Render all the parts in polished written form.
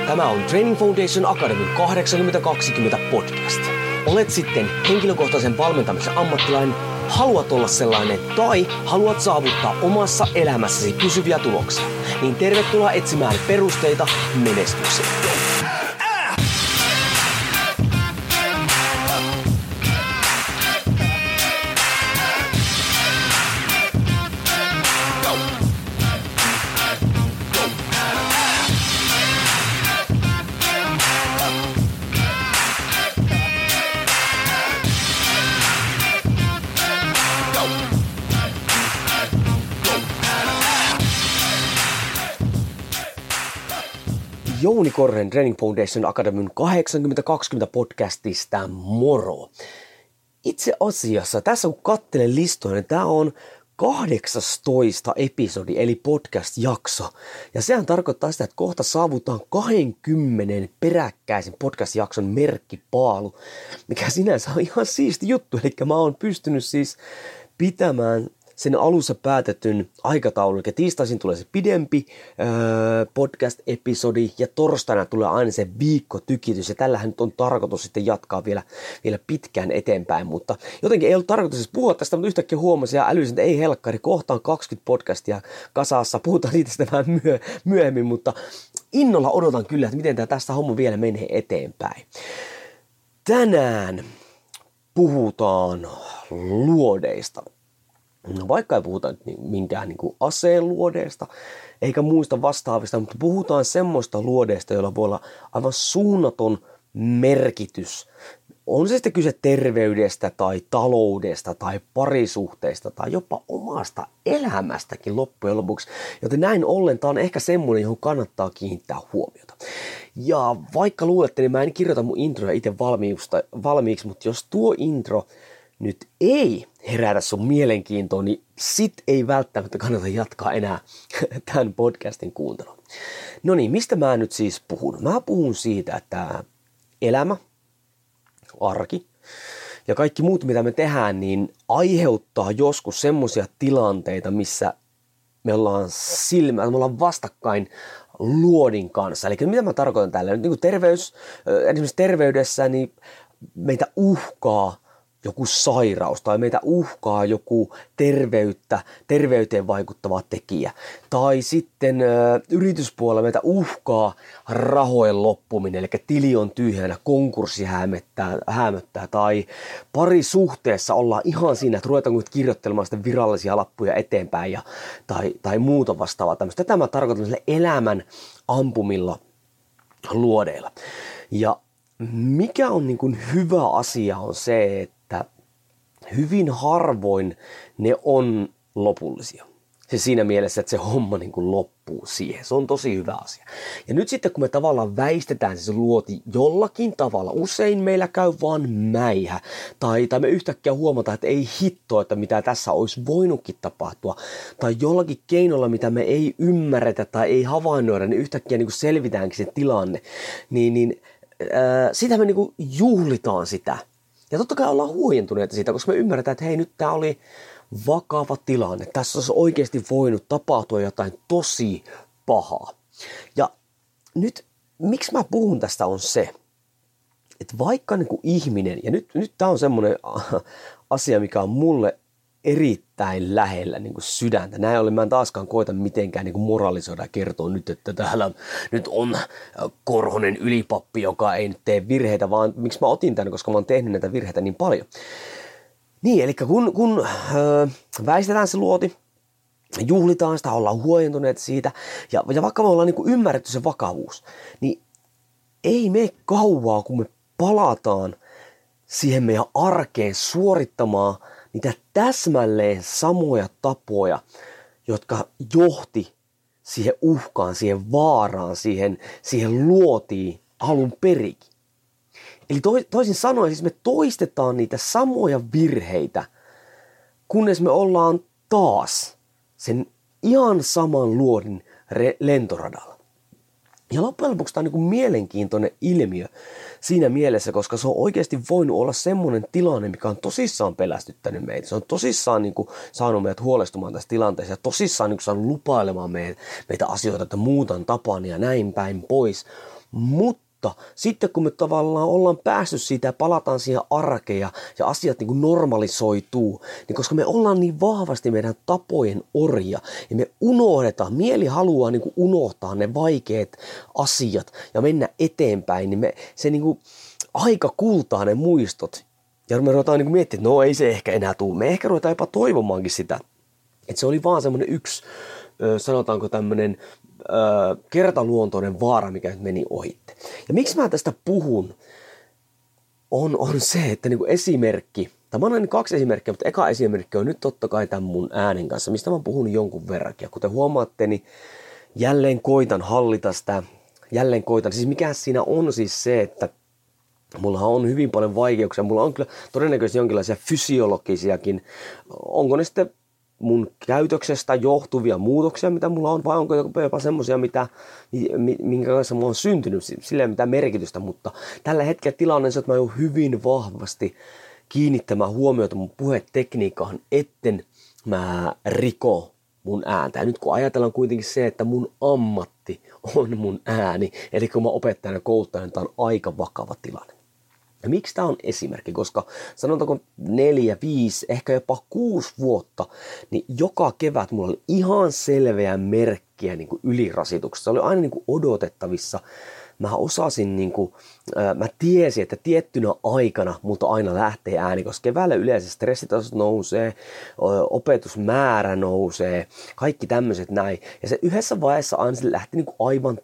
Tämä on Training Foundation Academyn 80-20 podcast. Olet sitten henkilökohtaisen valmentamisen ammattilainen, haluat olla sellainen tai haluat saavuttaa omassa elämässäsi pysyviä tuloksia, niin tervetuloa etsimään perusteita menestykseen. Jouni Korhonen Training Foundation Academyn 80-20 podcastista moro. Itse asiassa tässä kun katselen listoja, niin tämä on 18 episodi eli podcast-jakso. Ja sehän tarkoittaa sitä, että kohta saavutaan 20 peräkkäisen podcast-jakson merkkipaalu, mikä sinänsä on ihan siisti juttu. Eli mä oon pystynyt siis pitämään sen alussa päätetyn aikataulun, eli tiistaisin tulee se pidempi podcast-episodi ja torstaina tulee aina se viikkotykitys ja tällähän nyt on tarkoitus sitten jatkaa vielä pitkään eteenpäin, mutta jotenkin ei ollut tarkoitus siis puhua tästä, mutta yhtäkkiä huomasin ja älysin, että ei helkkari, kohtaan 20 podcastia kasassa, puhutaan siitä sitten vähän myöhemmin, mutta innolla odotan kyllä, että miten tästä homma vielä menee eteenpäin. Tänään puhutaan luodeista. Vaikka ei puhuta minkään aseen luodeista eikä muista vastaavista, mutta puhutaan semmoista luodeista, joilla voi olla aivan suunnaton merkitys. On se sitten kyse terveydestä tai taloudesta tai parisuhteista tai jopa omasta elämästäkin loppujen lopuksi. Joten näin ollen tämä on ehkä semmoinen, johon kannattaa kiinnittää huomiota. Ja vaikka luulette, niin mä en kirjoita mun introja itse valmiiksi, mutta jos tuo intro nyt ei herätä sun mielenkiintoa, niin sit ei välttämättä kannata jatkaa enää tämän podcastin kuuntelua. No niin, mistä mä nyt siis puhun? Mä puhun siitä, että elämä, arki ja kaikki muut, mitä me tehdään, niin aiheuttaa joskus semmoisia tilanteita, missä me ollaan vastakkain luodin kanssa. Eli mitä mä tarkoitan tällä? Nyt esimerkiksi terveydessä niin meitä uhkaa joku sairaus tai meitä uhkaa joku terveyteen vaikuttava tekijä. Tai sitten yrityspuolella meitä uhkaa rahojen loppuminen, eli tili on tyhjänä, konkurssi häämöttää. Tai parisuhteessa ollaan ihan siinä, että ruvetaanko nyt kirjoittelemaan sitten virallisia lappuja eteenpäin tai muuta vastaavaa tämmöistä. Tätä mä tarkoitan elämän ampumilla luodeilla. Ja mikä on niin kuin hyvä asia on se, että hyvin harvoin ne on lopullisia. Se siinä mielessä, että se homma niin kuin loppuu siihen. Se on tosi hyvä asia. Ja nyt sitten kun me tavallaan väistetään se luoti jollakin tavalla, usein meillä käy vaan mäihä. Tai me yhtäkkiä huomataan, että ei hittoa, että mitä tässä olisi voinutkin tapahtua. Tai jollakin keinolla, mitä me ei ymmärretä tai ei havainnoida, niin yhtäkkiä niin kuin selvitäänkin se tilanne. Sitä me niinku juhlitaan sitä. Ja totta kai ollaan huojentuneita siitä, koska me ymmärretään, että hei, nyt tää oli vakava tilanne. Tässä olisi oikeasti voinut tapahtua jotain tosi pahaa. Ja nyt, miksi mä puhun tästä on se, että vaikka niinku ihminen, ja nyt tää on semmoinen asia, mikä on mulle erittäin lähellä niin kuin sydäntä. Näin ollen mä en taaskaan koeta mitenkään niin kuin moralisoida ja kertoa nyt, että täällä nyt on Korhonen ylipappi, joka ei nyt tee virheitä, vaan miksi mä otin tämän, koska mä oon tehnyt näitä virheitä niin paljon. Niin, eli kun väistetään se luoti, juhlitaan sitä, ollaan huojentuneet siitä, ja vaikka me ollaan niin kuin ymmärretty se vakavuus, niin ei mene kauaa, kun me palataan siihen meidän arkeen suorittamaan niitä täsmälleen samoja tapoja, jotka johti siihen uhkaan, siihen vaaraan, siihen luotiin alun perikin. Eli toisin sanoen, siis me toistetaan niitä samoja virheitä, kunnes me ollaan taas sen ihan saman luodin lentoradalla. Ja loppujen lopuksi tämä on niin kuin mielenkiintoinen ilmiö siinä mielessä, koska se on oikeasti voinut olla semmoinen tilanne, mikä on tosissaan pelästyttänyt meitä. Se on tosissaan niin kuin saanut meidät huolestumaan tässä tilanteessa ja tosissaan niin kuin saanut lupailemaan meitä asioita, että muutan tapani ja näin päin pois. Mutta sitten kun me tavallaan ollaan päässyt siitä ja palataan siihen arkeen ja asiat niin kuin normalisoituu, niin koska me ollaan niin vahvasti meidän tapojen orja ja me unohdetaan, mieli haluaa niin kuin unohtaa ne vaikeat asiat ja mennä eteenpäin, niin se niin kuin aika kultaa ne muistot. Ja me ruvetaan niin kuin miettimään, että no ei se ehkä enää tule. Me ehkä ruvetaan jopa toivomaankin sitä, että se oli vaan semmoinen yksi, sanotaanko tämmöinen kertaluontoinen vaara, mikä nyt meni ohitte. Ja miksi mä tästä puhun, on se, että niin kuin esimerkki, tai mä annan 2 esimerkkiä, mutta eka esimerkki on nyt totta kai tämän mun äänen kanssa, mistä mä oon puhunut jonkun verrankin. Ja kuten huomaatte, niin jälleen koitan hallita sitä, siis mikä siinä on siis se, että mulla on hyvin paljon vaikeuksia, mulla on kyllä todennäköisesti jonkinlaisia fysiologisiakin, onko ne sitten mun käytöksestä johtuvia muutoksia, mitä mulla on, vai onko jopa semmoisia, minkä kanssa mä oon syntynyt, sillä ei ole mitään merkitystä, mutta tällä hetkellä tilanne on se, että mä joudun hyvin vahvasti kiinnittämään huomiota mun puhetekniikkaan, etten mä riko mun ääntä. Ja nyt kun ajatellaan kuitenkin se, että mun ammatti on mun ääni, eli kun mä opettajana ja kouluttajana, tämä on aika vakava tilanne. Ja miksi tämä on esimerkki? Koska sanotaanko 4, 5, ehkä jopa 6 vuotta, niin joka kevät mulla oli ihan selveä merkkiä niin kuin ylirasituksesta. Se oli aina niin kuin odotettavissa. Mä osasin, niin kuin, mä tiesin, että tiettynä aikana multa aina lähtee ääni, koska keväällä yleensä stressitasot nousee, opetusmäärä nousee, kaikki tämmöiset näin. Ja se yhdessä vaiheessa aina se lähti niin kuin aivan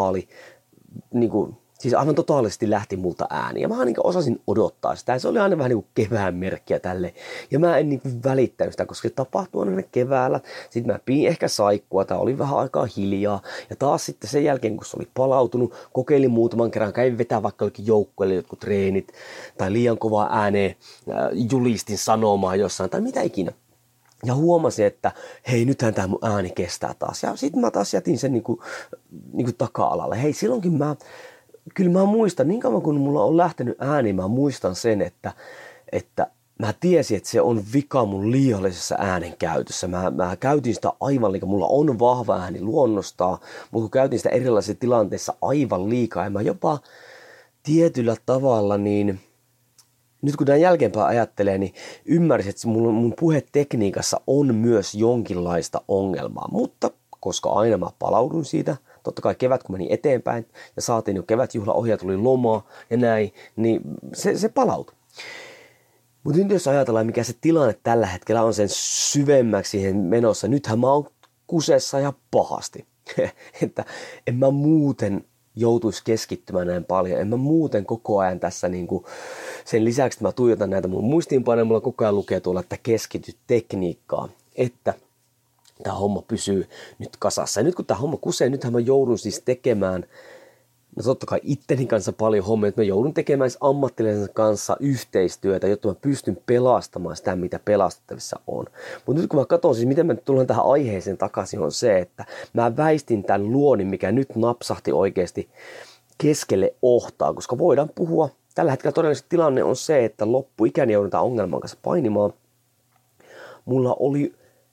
siis aivan totaalisesti lähti multa ääni. Ja mä niin osasin odottaa sitä. Ja se oli aina vähän niin kuin kevään merkkiä tälle. Ja mä en niin kuin välittänyt sitä, koska se tapahtui aina keväällä. Sitten mä piin ehkä saikkua tai oli vähän aikaa hiljaa. Ja taas sitten sen jälkeen, kun se oli palautunut, kokeilin muutaman kerran. Kävin vetää vaikka jollekin joukkueelle jotkut treenit. Tai liian kovaa ääneen julistin sanomaan jossain. Tai mitä ikinä. Ja huomasin, että hei, nythän tämä mun ääni kestää taas. Ja sitten mä taas jätin sen niin kuin taka-alalle. Hei, silloinkin kyllä mä muistan, niin kauan kun mulla on lähtenyt ääni, mä muistan sen, että mä tiesin, että se on vika mun liiallisessa äänen käytössä. Mä käytin sitä aivan liikaa. Mulla on vahva ääni luonnostaan, mutta kun käytin sitä erilaisissa tilanteissa aivan liikaa, ja mä jopa tietyllä tavalla, niin nyt kun tämän jälkeenpäin ajattelee, niin ymmärsin, että mun puhetekniikassa on myös jonkinlaista ongelmaa, mutta koska aina mä palaudun siitä, totta kai kevät kun meni eteenpäin ja saatiin jo kevätjuhlaohja, tuli lomaa ja näin, niin se palautui. Mutta nyt jos ajatellaan, mikä se tilanne tällä hetkellä on sen syvemmäksi siihen menossa, nythän mä oon kusessa ja pahasti. Että en mä muuten joutuisi keskittymään näin paljon. En mä muuten koko ajan tässä niinku, sen lisäksi, että mä tuijotan näitä mun muistiinpanoja, mulla koko ajan lukee tuolla, että keskity tekniikkaan, että tämä homma pysyy nyt kasassa. Ja nyt kun tämä homma kusee, nythän mä joudun siis tekemään, no totta kai itteni kanssa paljon hommia, että mä joudun tekemään ammattilaisen kanssa yhteistyötä, jotta mä pystyn pelastamaan sitä, mitä pelastettavissa on. Mutta nyt kun mä katson siis, miten mä tulen tähän aiheeseen takaisin, on se, että mä väistin tämän luonnin, mikä nyt napsahti oikeasti keskelle ohtaa, koska voidaan puhua, tällä hetkellä todennäköisesti tilanne on se, että loppuikäni joudutaan ongelman kanssa painimaan. Mulla oli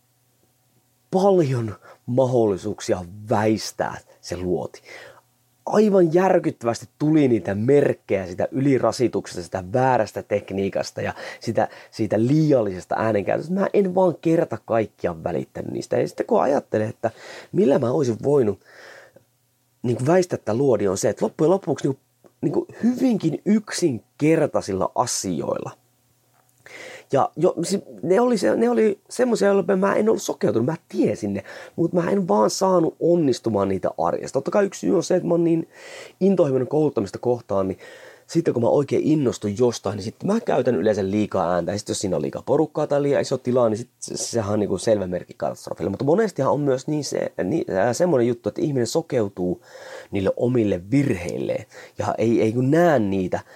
paljon mahdollisuuksia väistää se luoti. Aivan järkyttävästi tuli niitä merkkejä sitä ylirasituksesta, sitä väärästä tekniikasta ja siitä liiallisesta äänenkäytöstä. Mä en vaan kerta kaikkiaan välittänyt niistä. Ja sitten kun ajattelen, että millä mä olisin voinut niin väistää tätä luodi, on se, että loppujen lopuksi niin hyvinkin yksinkertaisilla asioilla. Ja ne oli semmoisia, joilla mä en ollut sokeutunut, mä tiesin ne, mutta mä en vaan saanut onnistumaan niitä arjesta. Totta kai yksi syy on se, että mä oon niin intohimoinen kouluttamista kohtaan, niin sitten kun mä oikein innostun jostain, niin sitten mä käytän yleensä liikaa ääntä. Ja sitten jos siinä on liikaa porukkaa tai liian iso tila, niin sitten sehän on niin selvä merkki katastrofille. Mutta monestihan on myös semmoinen juttu, että ihminen sokeutuu niille omille virheilleen ja ei kun näe niitä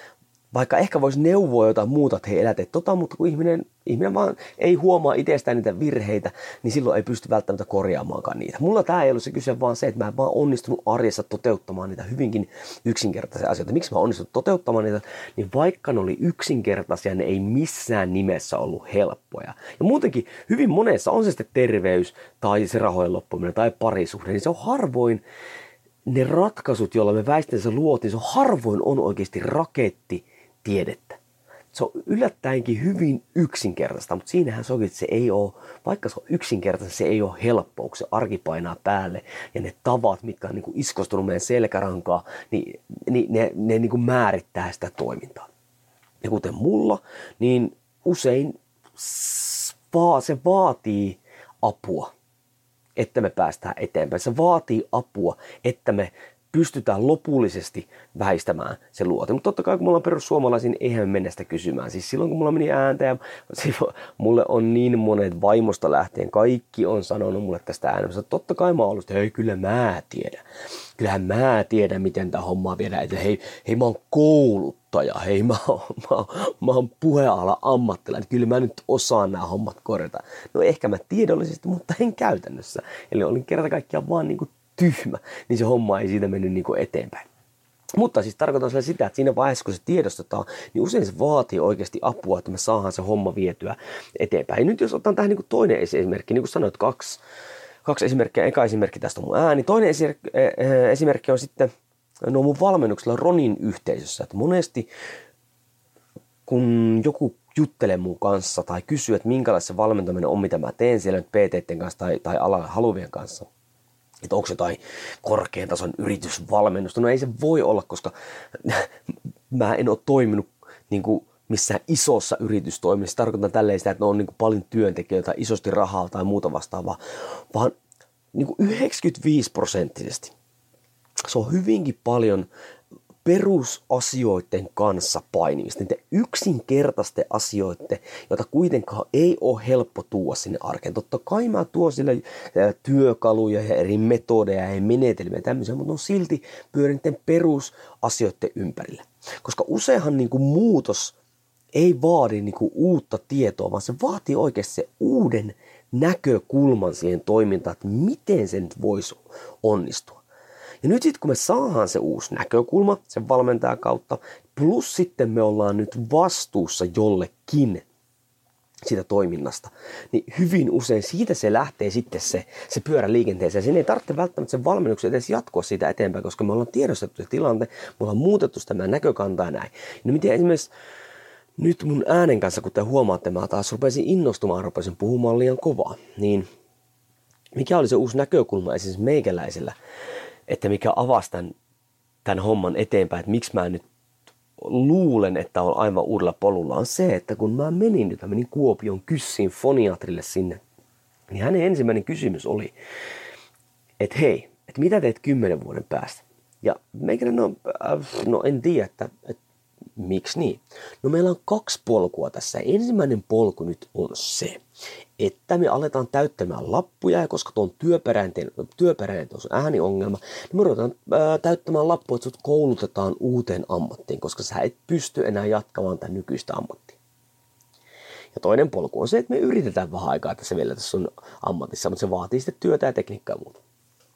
vaikka ehkä voisi neuvoa jotain muuta, että hei, elät mutta kun ihminen vaan ei huomaa itsestään niitä virheitä, niin silloin ei pysty välttämättä korjaamaankaan niitä. Mulla tämä ei ollut se kyse vaan se, että mä en vaan onnistunut arjessa toteuttamaan niitä hyvinkin yksinkertaisia asioita. Miksi mä onnistunut toteuttamaan niitä? Niin vaikka ne oli yksinkertaisia, ne ei missään nimessä ollut helppoja. Ja muutenkin hyvin monessa on se sitten terveys tai se rahojen loppuminen tai parisuhde, niin se on harvoin ne ratkaisut, joilla me väistänsä luotiin, se on harvoin on oikeasti rakettitiedettä. Se on yllättäenkin hyvin yksinkertaista, mutta siinähän se onkin, että se ei ole, vaikka se on yksinkertaista, se ei ole helppoa, kun se arki painaa päälle ja ne tavat, mitkä on niin kuin iskostunut meidän selkärankaa, niin ne niin kuin määrittää sitä toimintaa. Ja kuten mulla, niin usein se vaatii apua, että me päästään eteenpäin. Se vaatii apua, että me pystytään lopullisesti väistämään se luote. Mutta totta kai kun me ollaan perussuomalaisia, niin eihän me mennä sitä kysymään. Siis silloin kun mulla meni ääntä ja mulle on niin monet vaimosta lähtien, kaikki on sanonut mulle tästä äänestä. Totta kai mä oon ollut, että hei kyllä mä tiedän. Kyllähän mä tiedän, miten tää hommaa viedään. Että hei mä oon kouluttaja, hei mä oon puheala ammattilainen. Kyllä mä nyt osaan nämä hommat korjata. No ehkä mä tiedollisesti, mutta en käytännössä. Eli olin kerta kaikkiaan vaan niinku tyhmä, niin se homma ei siitä mennyt niinku eteenpäin. Mutta siis tarkoitan sitä, että siinä vaiheessa, kun se tiedostetaan, niin usein se vaatii oikeasti apua, että me saadaan se homma vietyä eteenpäin. Ja nyt jos otan tähän niinku toinen esimerkki, niin kuin sanoit, kaksi esimerkkiä. Eka esimerkki tästä on mun ääni. Toinen esimerkki on sitten mun valmennuksella Ronin yhteisössä. Että monesti kun joku juttelee mun kanssa tai kysyy, että minkälaista se valmentaminen on, mitä mä teen siellä nyt PT:iden kanssa tai alalle haluvien kanssa, että onko jotain korkean tason yritysvalmennusta. No ei se voi olla, koska mä en ole toiminut niin kuin missään isossa yritystoiminnassa. Tarkoitan tälleen sitä, että ne on niin kuin paljon työntekijöitä, isosti rahaa tai muuta vastaavaa, vaan niin kuin 95%. Se on hyvinkin paljon perusasioiden kanssa painimista, niiden yksinkertaisten asioiden, joita kuitenkaan ei ole helppo tuoda sinne arkeen. Totta kai mä tuon sille työkaluja ja eri metodeja ja menetelmiä ja tämmöisiä, mutta on silti pyörin niiden perusasioiden ympärillä. Koska useinhan niin kuin muutos ei vaadi niin kuin uutta tietoa, vaan se vaatii oikeasti se uuden näkökulman siihen toimintaan, että miten se nyt voisi onnistua. Ja nyt sitten kun me saadaan se uusi näkökulma sen valmentajan kautta, plus sitten me ollaan nyt vastuussa jollekin siitä toiminnasta, niin hyvin usein siitä se lähtee sitten se pyörä liikenteeseen. Sen ei tarvitse välttämättä sen valmennuksen edes jatkoa siitä eteenpäin, koska me ollaan tiedostettu se tilanne, me ollaan muutettu sitä meidän näkökantaa ja näin. No miten esimerkiksi nyt mun äänen kanssa, kun te huomaatte, mä taas rupesin innostumaan, rupesin puhumaan liian kovaa, niin mikä oli se uusi näkökulma esimerkiksi meikäläisellä, että mikä avasi tämän homman eteenpäin, että miksi mä nyt luulen, että on aivan uudella polulla, on se, että kun mä menin Kuopion Kyssiin foniatrille sinne, niin hänen ensimmäinen kysymys oli, että hei, että mitä teet 10 vuoden päästä? Ja meikäläinen, no en tiedä, että miksi niin? No meillä on 2 polkua tässä. Ensimmäinen polku nyt on se, että me aletaan täyttämään lappuja, ja koska tuo on työperäinen ääniongelma, niin me ruvetaan täyttämään lappuja, että sut koulutetaan uuteen ammattiin, koska sä et pysty enää jatkamaan tämän nykyistä ammattia. Ja toinen polku on se, että me yritetään vähän aikaa tässä vielä tässä sun ammatissa, mutta se vaatii sitten työtä ja tekniikkaa ja muuta.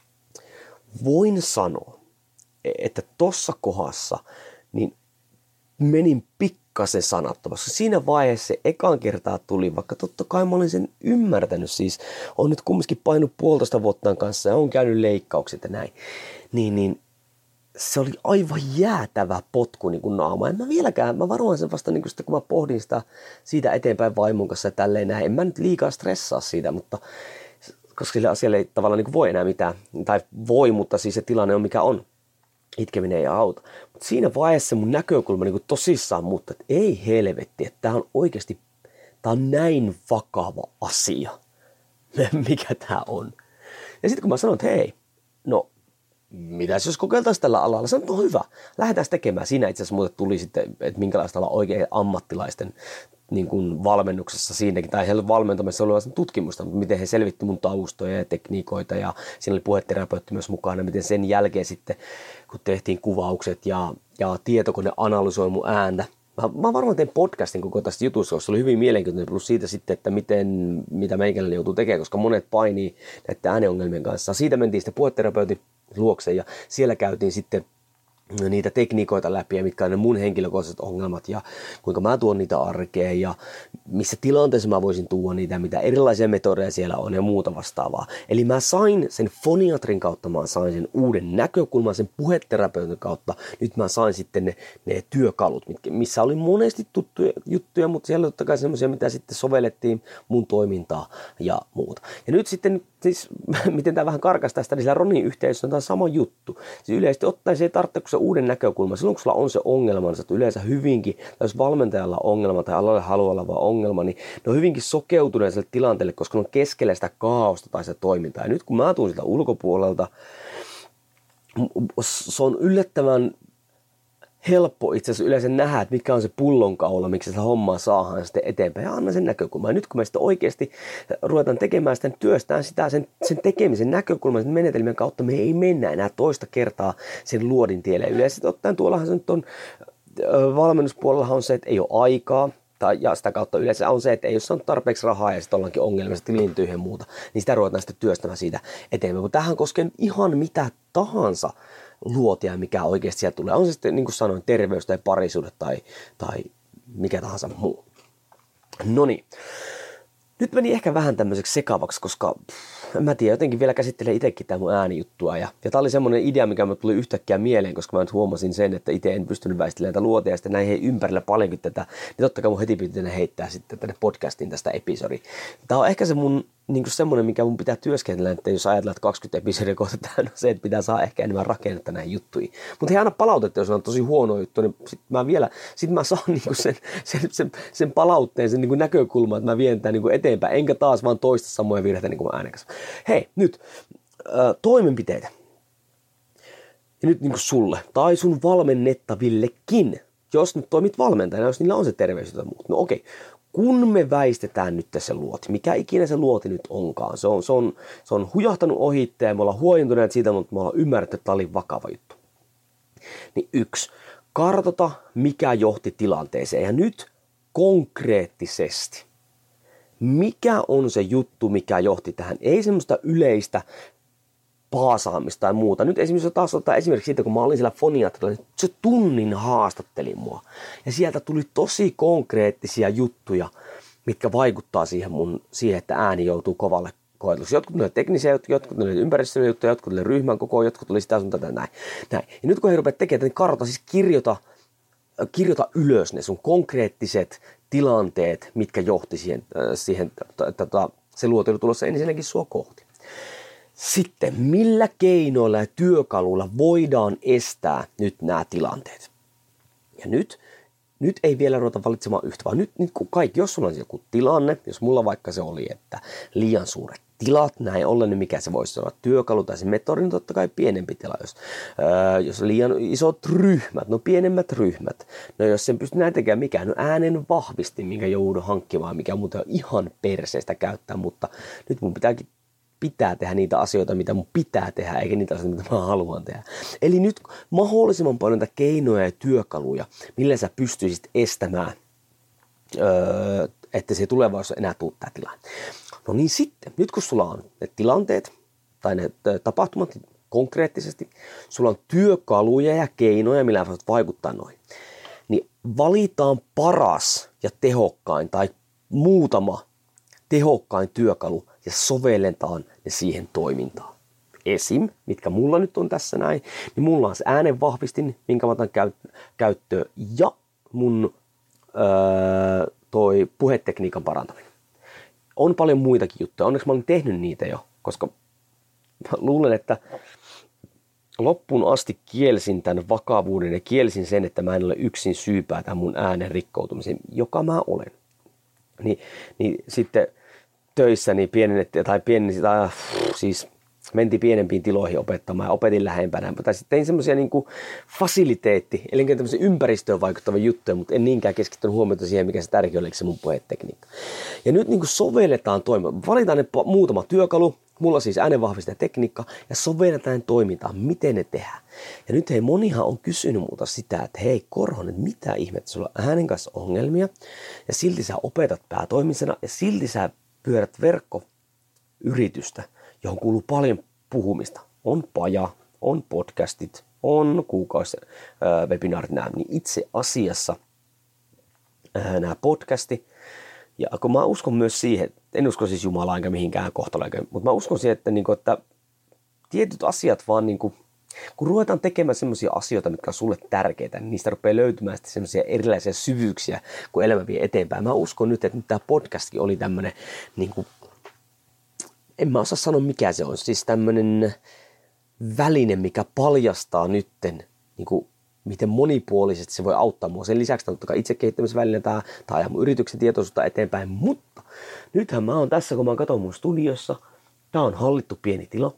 Voin sanoa, että tossa kohdassa niin menin pikkasen sanattomasti. Siinä vaiheessa se ekan kertaa tuli, vaikka totta kai mä olin sen ymmärtänyt, siis on nyt kumminkin painut 1,5 vuotta kanssa ja on käynyt leikkaukset ja näin, niin se oli aivan jäätävä potku niin kuin naama. En mä vieläkään, mä varoin sen vasta niin kuin sitten, kun mä pohdin sitä siitä eteenpäin vaimon kanssa ja tälleen näin. En mä nyt liikaa stressaa siitä, mutta koska sille asialle ei tavallaan niin kuin voi enää mitään, tai voi, mutta siis se tilanne on mikä on. Itkeminen ei auta. Mutta siinä vaiheessa mun näkökulma niin tosissaan muuttaa, että ei helvetti, että tää on oikeasti, tää on näin vakava asia, mikä tää on. Ja sitten kun mä sanoin, että hei, no mitäs jos kokeiltaisiin tällä alalla, sanoin, että no hyvä, lähdetään tekemään. Siinä itse asiassa mulle tuli sitten, että minkälaista olla oikein ammattilaisten niin kuin valmennuksessa siinäkin, tai siellä valmentamisessa oli tutkimusta, miten he selvitti mun taustoja ja tekniikoita, ja siinä oli puheterapeutti myös mukana, miten sen jälkeen sitten, kun tehtiin kuvaukset ja tietokone analysoi mun ääntä, mä varmaan teen podcastin koko tästä jutusta, koska se oli hyvin mielenkiintoinen, plus siitä sitten, että mitä meikäläinen joutuu tekemään, koska monet painii näiden ääniongelmien kanssa. Siitä mentiin sitten puheterapeutin luokse ja siellä käytiin sitten niitä tekniikoita läpi ja mitkä on ne mun henkilökohtaiset ongelmat ja kuinka mä tuon niitä arkeen ja missä tilanteessa mä voisin tuoda niitä, mitä erilaisia metodeja siellä on ja muuta vastaavaa. Eli mä sain sen foniatrin kautta, mä sain sen uuden näkökulman, sen puheterapeutin kautta. Nyt mä sain sitten ne työkalut, missä oli monesti tuttuja juttuja, mutta siellä on totta kai semmoisia, mitä sitten sovellettiin mun toimintaa ja muuta. Ja nyt sitten, siis, miten tämä vähän karkasi tästä, niin sillä Ronin yhteisössä on tämä sama juttu. Siis yleisesti ottaen se ei tarvitse, kun se uuden näkökulman. Silloin kun sulla on se ongelma, niin sä yleensä hyvinkin, tai jos valmentajalla on ongelma tai alalle haluaa olla ongelma, niin ne on hyvinkin sokeutuneet sille tilanteelle, koska ne on keskellä sitä kaaosta tai sitä toimintaa. Ja nyt kun mä tuun sitä ulkopuolelta, se on yllättävän helppo itse asiassa yleensä nähdä, että mikä on se pullonkaula, miksi sitä hommaa saadaan sitten eteenpäin ja anna sen näkökulman. Ja nyt kun me sitten oikeasti ruvetaan tekemään sitä, työstään sitä, sen tekemisen näkökulman, sen menetelmien kautta, me ei mennä enää toista kertaa sen luodin tielle. Yleisesti ottaen tuollahan se nyt on, valmennuspuolellahan on se, että ei ole aikaa. Ja sitä kautta yleensä on se, että ei ole saanut tarpeeksi rahaa ja sitten ollaankin ongelmassa tilin tyhjän muuta, niin sitä ruvetaan sitten työstämään siitä eteenpäin. Mutta tämähän koskee ihan mitä tahansa luotia, mikä oikeasti sieltä tulee. On se sitten, niin kuin sanoin, terveys tai parisuhde tai mikä tahansa muu. Noniin. Nyt meni ehkä vähän tämmöiseksi sekavaksi, koska en mä tiedä, jotenkin vielä käsittelen itsekin tämän mun äänijuttua. Ja tää oli semmoinen idea, mikä mulle tuli yhtäkkiä mieleen, koska mä nyt huomasin sen, että itse en pystynyt väistelemään tätä luotia ja sitten näin ympärillä paljonkin tätä, niin totta kai mun heti pitää heittää sitten tänne podcastiin tästä episodia. Tää on ehkä se mun niin semmoinen, mikä mun pitää työskennellä, että jos ajatellaan, että 20 episodia kohta tähän on se, että pitää saada ehkä enemmän rakennetta näihin juttuihin. Mutta he aina palautetta, jos on tosi huono juttu, niin sit mä saan niin sen palautteen, sen niin näkökulman, että mä vien tämän niin eteenpäin, enkä taas vaan toista samoja virheitä niin kuin mä äänekäs. Hei, nyt toimenpiteitä. Ja nyt niin sulle tai sun valmennettavillekin, jos nyt toimit valmentajana, jos niillä on se terveys tai muuta. No okei. Kun me väistetään nyt se luoti, mikä ikinä se luoti nyt onkaan, se on hujahtanut ohitte ja me ollaan huojentuneet siitä, mutta me ollaan ymmärretty, että tämä oli vakava juttu. Niin 1. Kartoita, mikä johti tilanteeseen. Ja nyt konkreettisesti. Mikä on se juttu, mikä johti tähän? Ei semmoista yleistä paasaamista tai muuta. Nyt esimerkiksi taas ottaa esimerkiksi siitä, kun mä olin siellä foniatrilla, niin se tunnin haastatteli mua. Ja sieltä tuli tosi konkreettisia juttuja, mitkä vaikuttaa siihen, että ääni joutuu kovalle koetukselle. Jotkut oli teknisiä juttuja, jotkut oli ympäristöllisiä juttuja, jotkut oli ryhmän koko, jotkut oli sitä sun tätä näin. Ja nyt kun he rupeat tekemään, niin kartoita, siis kirjoita ylös ne sun konkreettiset tilanteet, mitkä johti siihen se luotilu tulossa ensinnäkin sua kohti. Sitten, millä keinoilla ja työkaluilla voidaan estää nyt nämä tilanteet? Ja nyt ei vielä ruveta valitsemaan yhtä, vaan nyt kun kaikki, jos sulla on joku tilanne, jos mulla vaikka se oli, että liian suuret tilat, näin ollen, niin mikä se voisi olla työkalu tai se metodi, niin totta kai pienempi tila. Jos liian isot ryhmät, no pienemmät ryhmät. No jos sen pystyy näin tekemään, mikä on äänen vahvistin, minkä joudun hankkimaan, mikä muuten on ihan perseestä käyttää, mutta nyt mun pitää tehdä niitä asioita, mitä mun pitää tehdä, eikä niitä asioita, mitä mä haluan tehdä. Eli nyt mahdollisimman paljon niitä keinoja ja työkaluja, millä sä pystyisit estämään, että se tulevaisuudessa enää tuu tää tilanne. No niin sitten, nyt kun sulla on ne tilanteet tai ne tapahtumat konkreettisesti, sulla on työkaluja ja keinoja, millä voit vaikuttaa noihin, niin valitaan paras ja tehokkain tai muutama tehokkain työkalu ja sovelletaan ne siihen toimintaan. Esim, mitkä mulla nyt on tässä näin, niin mulla on se äänenvahvistin, minkä mä otan käyttöön, ja mun toi puhetekniikan parantaminen. On paljon muitakin juttuja. Onneksi mä olen tehnyt niitä jo, koska luulen, että loppuun asti kielsin tämän vakavuuden ja kielsin sen, että mä en ole yksin syypää tämän mun äänen rikkoutumiseen, joka mä olen. Niin sitten töissä niin siis mentiin pienempiin tiloihin opettamaan ja opetin lähempänä. Tai sitten tein semmoisia niin kuin fasiliteetti, eli tämmöisiä ympäristöön vaikuttavia juttuja, mutta en niinkään keskittynyt huomiota siihen, mikä se tärkeä oli, se mun puhetekniikka. Ja nyt niin kuin sovelletaan toimintaa. Valitaan ne muutama työkalu, mulla siis äänenvahvistaja tekniikka, ja sovelletaan toimintaan, miten ne tehdään. Ja nyt monihan on kysynyt multa sitä, että hei Korhonen, mitä ihmettä, sulla on äänen kanssa ongelmia, ja silti sä opetat päätoimisena, ja silti sä pyörät verkkoyritystä, johon kuuluu paljon puhumista. On paja, on podcastit, on kuukausivebinaarit, niin itse asiassa nämä podcastit, ja kun mä uskon myös siihen, en usko siis Jumalaa enkä mihinkään kohtaloon, mutta mä uskon siihen, että tietyt asiat vaan, kun ruvetaan tekemään semmoisia asioita, mitkä on sulle tärkeitä, niin niistä rupeaa löytymään sitten semmoisia erilaisia syvyyksiä, kun elämä vie eteenpäin. Mä uskon nyt, että nyt tämä podcastkin oli tämmöinen, en mä osaa sanoa mikä se on, siis tämmöinen väline, mikä paljastaa nytten, miten monipuolisesti se voi auttaa mua. Sen lisäksi totta kai itse kehittämisväline tai ajaa mun yrityksen tietoisuutta eteenpäin, mutta nythän mä oon tässä, kun mä katson mun studiossa, tää on hallittu pieni tila.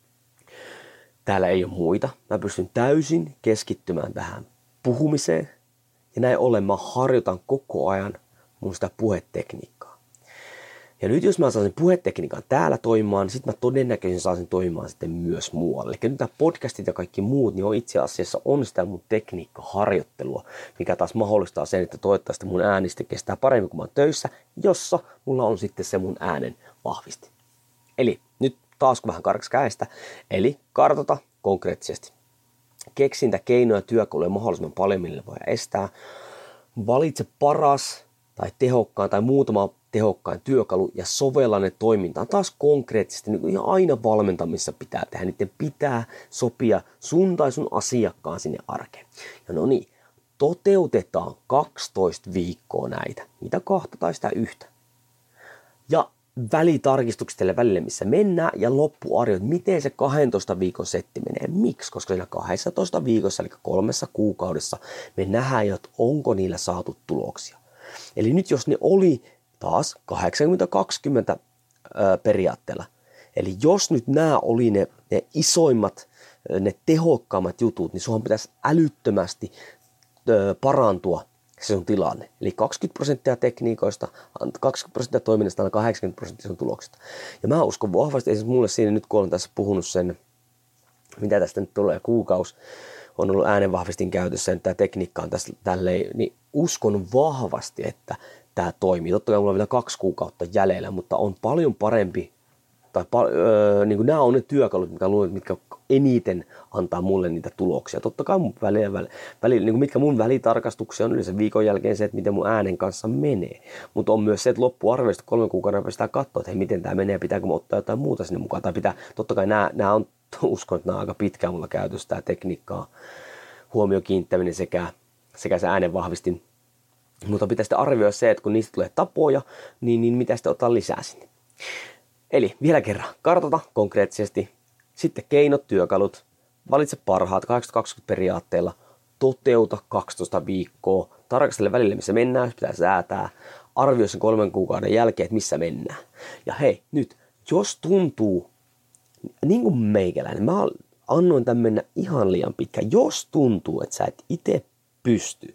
Täällä ei ole muita. Mä pystyn täysin keskittymään tähän puhumiseen ja näin ollen mä harjoitan koko ajan mun sitä puhetekniikkaa. Ja nyt jos mä saan sen puhetekniikan täällä toimimaan, niin sitten mä todennäköisesti saan sen toimimaan sitten myös muualle. Eli nyt nämä podcastit ja kaikki muut, niin on itse asiassa on sitä mun tekniikkaharjoittelua, mikä taas mahdollistaa sen, että toivottavasti mun äänistä kestää paremmin, kun mä oon töissä, jossa mulla on sitten se mun äänen vahvisti. Eli nyt taas kun vähän karkas käestä, eli kartoita konkreettisesti. Keksi niitä keinoja työkaluja mahdollisimman paljon, millä voi estää. Valitse paras tai tehokkaan tai muutama tehokkain työkalu ja sovella ne toimintaan taas konkreettisesti, niin kuin ihan aina valmentamissa pitää tehdä. Niiden pitää sopia sun tai sun asiakkaan sinne arkeen. Ja no niin, toteutetaan 12 viikkoa näitä. Niitä kahta tai sitä yhtä. Ja välitarkistukset välille, missä mennään, ja loppuarvioit, miten se 12 viikon setti menee. Miksi? Koska siinä 12 viikossa, eli 3 kuukaudessa, me nähdään, että onko niillä saatu tuloksia. Eli nyt jos ne oli taas 80-20 periaatteella, eli jos nyt nämä oli ne isoimmat, ne tehokkaammat jutut, niin sunhan pitäisi älyttömästi parantua se sun tilanne. Eli 20% tekniikoista, 20% toiminnasta, 80% sun tuloksista. Ja mä uskon vahvasti, esimerkiksi mulle siinä nyt kun olen tässä puhunut sen, mitä tästä nyt tulee, kuukausi on ollut äänenvahvistin käytössä, ja tämä tekniikka on tässä tälleen, niin uskon vahvasti, että tämä toimii. Totta kai mulla on vielä 2 kuukautta jäljellä, mutta on paljon parempi, tai niin nämä on ne työkalut, mitkä eniten antaa mulle niitä tuloksia. Totta kai mun niin mitkä mun välitarkastuksia on yleensä viikon jälkeen se, että miten mun äänen kanssa menee. Mutta on myös se, että loppuarvioista 3 kuukauden päästä katsoa, että hei, miten tämä menee, pitääkö mä ottaa jotain muuta sinne mukaan. Tai pitää, totta kai nämä on, uskon, että nämä on aika pitkään mulla käytössä, tämä tekniikkaa, huomio kiinnittäminen sekä se äänen vahvistin. Mutta pitää sitten arvioida se, että kun niistä tulee tapoja, niin mitä sitten ottaa lisää sinne. Eli vielä kerran, kartoita konkreettisesti, sitten keinot, työkalut, valitse parhaat 80-20 periaatteella, toteuta 12 viikkoa, tarkastele välillä, missä mennään, jos pitää säätää, arvioi sen 3 kuukauden jälkeen, että missä mennään. Ja hei, nyt, jos tuntuu, niin kuin meikäläinen, mä annoin tämän mennä ihan liian pitkä, jos tuntuu, että sä et itse pysty,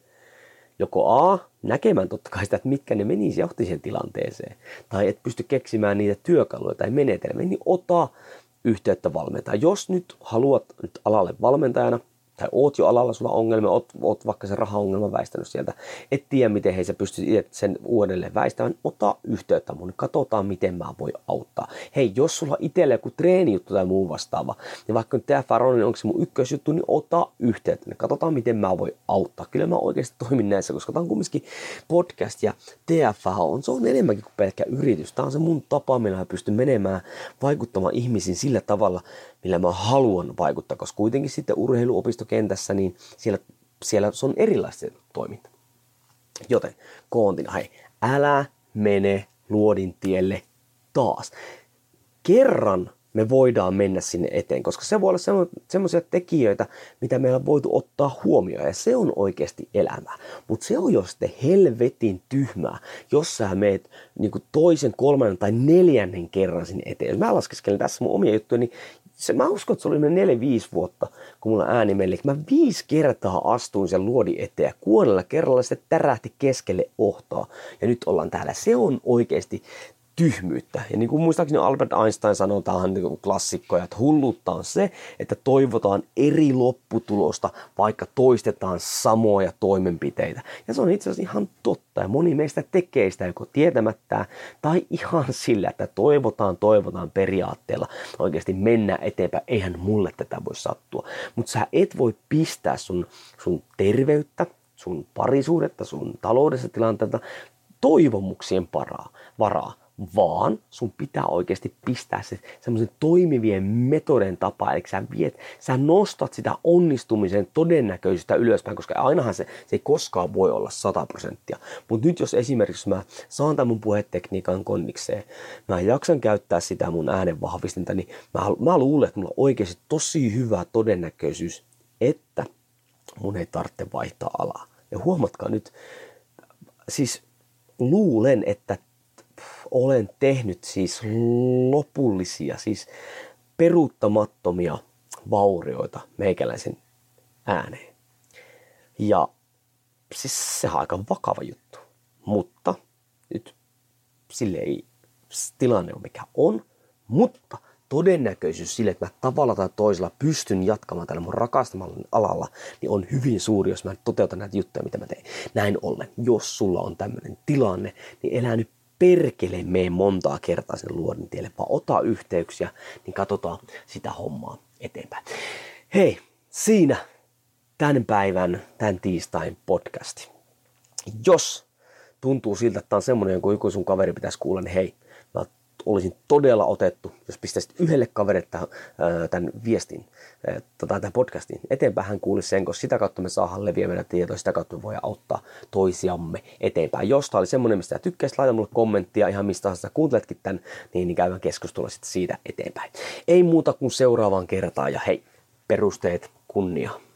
joko näkemään totta kai sitä, että mitkä ne menisi johti siihen tilanteeseen, tai et pysty keksimään niitä työkaluja tai menetelmiä, niin ota yhteyttä valmentaja. Jos nyt haluat nyt alalle valmentajana, tai oot jo alalla, sulla on ongelmia, oot vaikka sen rahaongelman väistänyt sieltä, et tiedä miten he sä pystyt itse sen uudelleen väistämään, ota yhteyttä mun, katsotaan miten mä voin auttaa. Hei, jos sulla itsellä joku treenijuttu tai muu vastaava, niin vaikka nyt TFR on, niin onko se mun ykkösjuttu, niin ota yhteyttä, niin katsotaan miten mä voin auttaa. Kyllä mä oikeasti toimin näissä, koska tää on kumminkin podcast ja TFR se on enemmänkin kuin pelkkä yritys. Tää on se mun tapa, millä mä pystyn menemään, vaikuttamaan ihmisiin sillä tavalla, millä mä haluan vaikuttaa, koska kuitenkin sitten urheiluopistokentässä, niin siellä se on erilaista toiminta. Joten koontina, hei, älä mene luodin tielle taas. Kerran me voidaan mennä sinne eteen, koska se voi olla semmoisia tekijöitä, mitä meillä on voitu ottaa huomioon, ja se on oikeasti elämää. Mutta se on jo sitten helvetin tyhmää, jos sä meet niin 2., 3. tai 4. kerran sinne eteen. Jos mä laskeskelen tässä mun omia juttuja, niin mä uskon, että se oli 4-5 vuotta, kun mulla ääni meni. Mä 5 kertaa astuin sen luodin eteen ja 6 kerralla se tärähti keskelle ohtaa. Ja nyt ollaan täällä. Se on oikeasti tyhmyyttä. Ja niin kuin muistaakseni Albert Einstein sanoi, tähän niin klassikkoja, että hulluutta on se, että toivotaan eri lopputulosta, vaikka toistetaan samoja toimenpiteitä. Ja se on itse asiassa ihan totta. Ja moni meistä tekee sitä joko tietämättä tai ihan sillä, että toivotaan periaatteella oikeasti mennä eteenpäin. Eihän mulle tätä voi sattua. Mutta sä et voi pistää sun terveyttä, sun parisuudetta, sun taloudessa tilanteita toivomuksien varaa, vaan sun pitää oikeasti pistää se semmoisen toimivien metodien tapa, eli sä nostat sitä onnistumisen todennäköisyyttä ylöspäin, koska ainahan se ei koskaan voi olla 100%. Mutta nyt jos esimerkiksi mä saan tämän mun puhetekniikan konnikseen, mä jaksan käyttää sitä mun äänen vahvistinta, niin mä luulen, että mulla on oikeasti tosi hyvä todennäköisyys, että mun ei tarvitse vaihtaa alaa. Ja huomatkaa nyt, siis luulen, että olen tehnyt siis lopullisia, siis peruuttamattomia vaurioita meikäläisen ääneen. Ja siis se on aika vakava juttu. Mutta nyt sille ei tilanne ole mikä on, mutta todennäköisyys sille, että mä tavalla tai toisella pystyn jatkamaan tällä mun rakastamalla alalla, niin on hyvin suuri, jos mä toteutan näitä juttuja, mitä mä teen. Näin ollen, jos sulla on tämmöinen tilanne, niin elää nyt perkele mene montaa kertaa sen luodin tielle, vaan ota yhteyksiä, niin katsotaan sitä hommaa eteenpäin. Hei, siinä tämän päivän, tämän tiistain podcasti. Jos tuntuu siltä, että tämä on semmoinen, joku sun kaveri pitäisi kuulla, niin hei, mä olisin todella otettu, jos pistäisit yhdelle kaverille tämän viestin, tämän podcastin eteenpäin, hän kuulisi sen, koska sitä kautta me saadaan leviämään tietoa, sitä kautta me voidaan auttaa toisiamme eteenpäin. Jos tämä oli semmoinen, mistä tykkäisit, laita mulle kommenttia ihan mistä tahansa kuunteletkin tämän, niin käydään keskustelua sitten siitä eteenpäin. Ei muuta kuin seuraavaan kertaan ja hei, perusteet kunnia.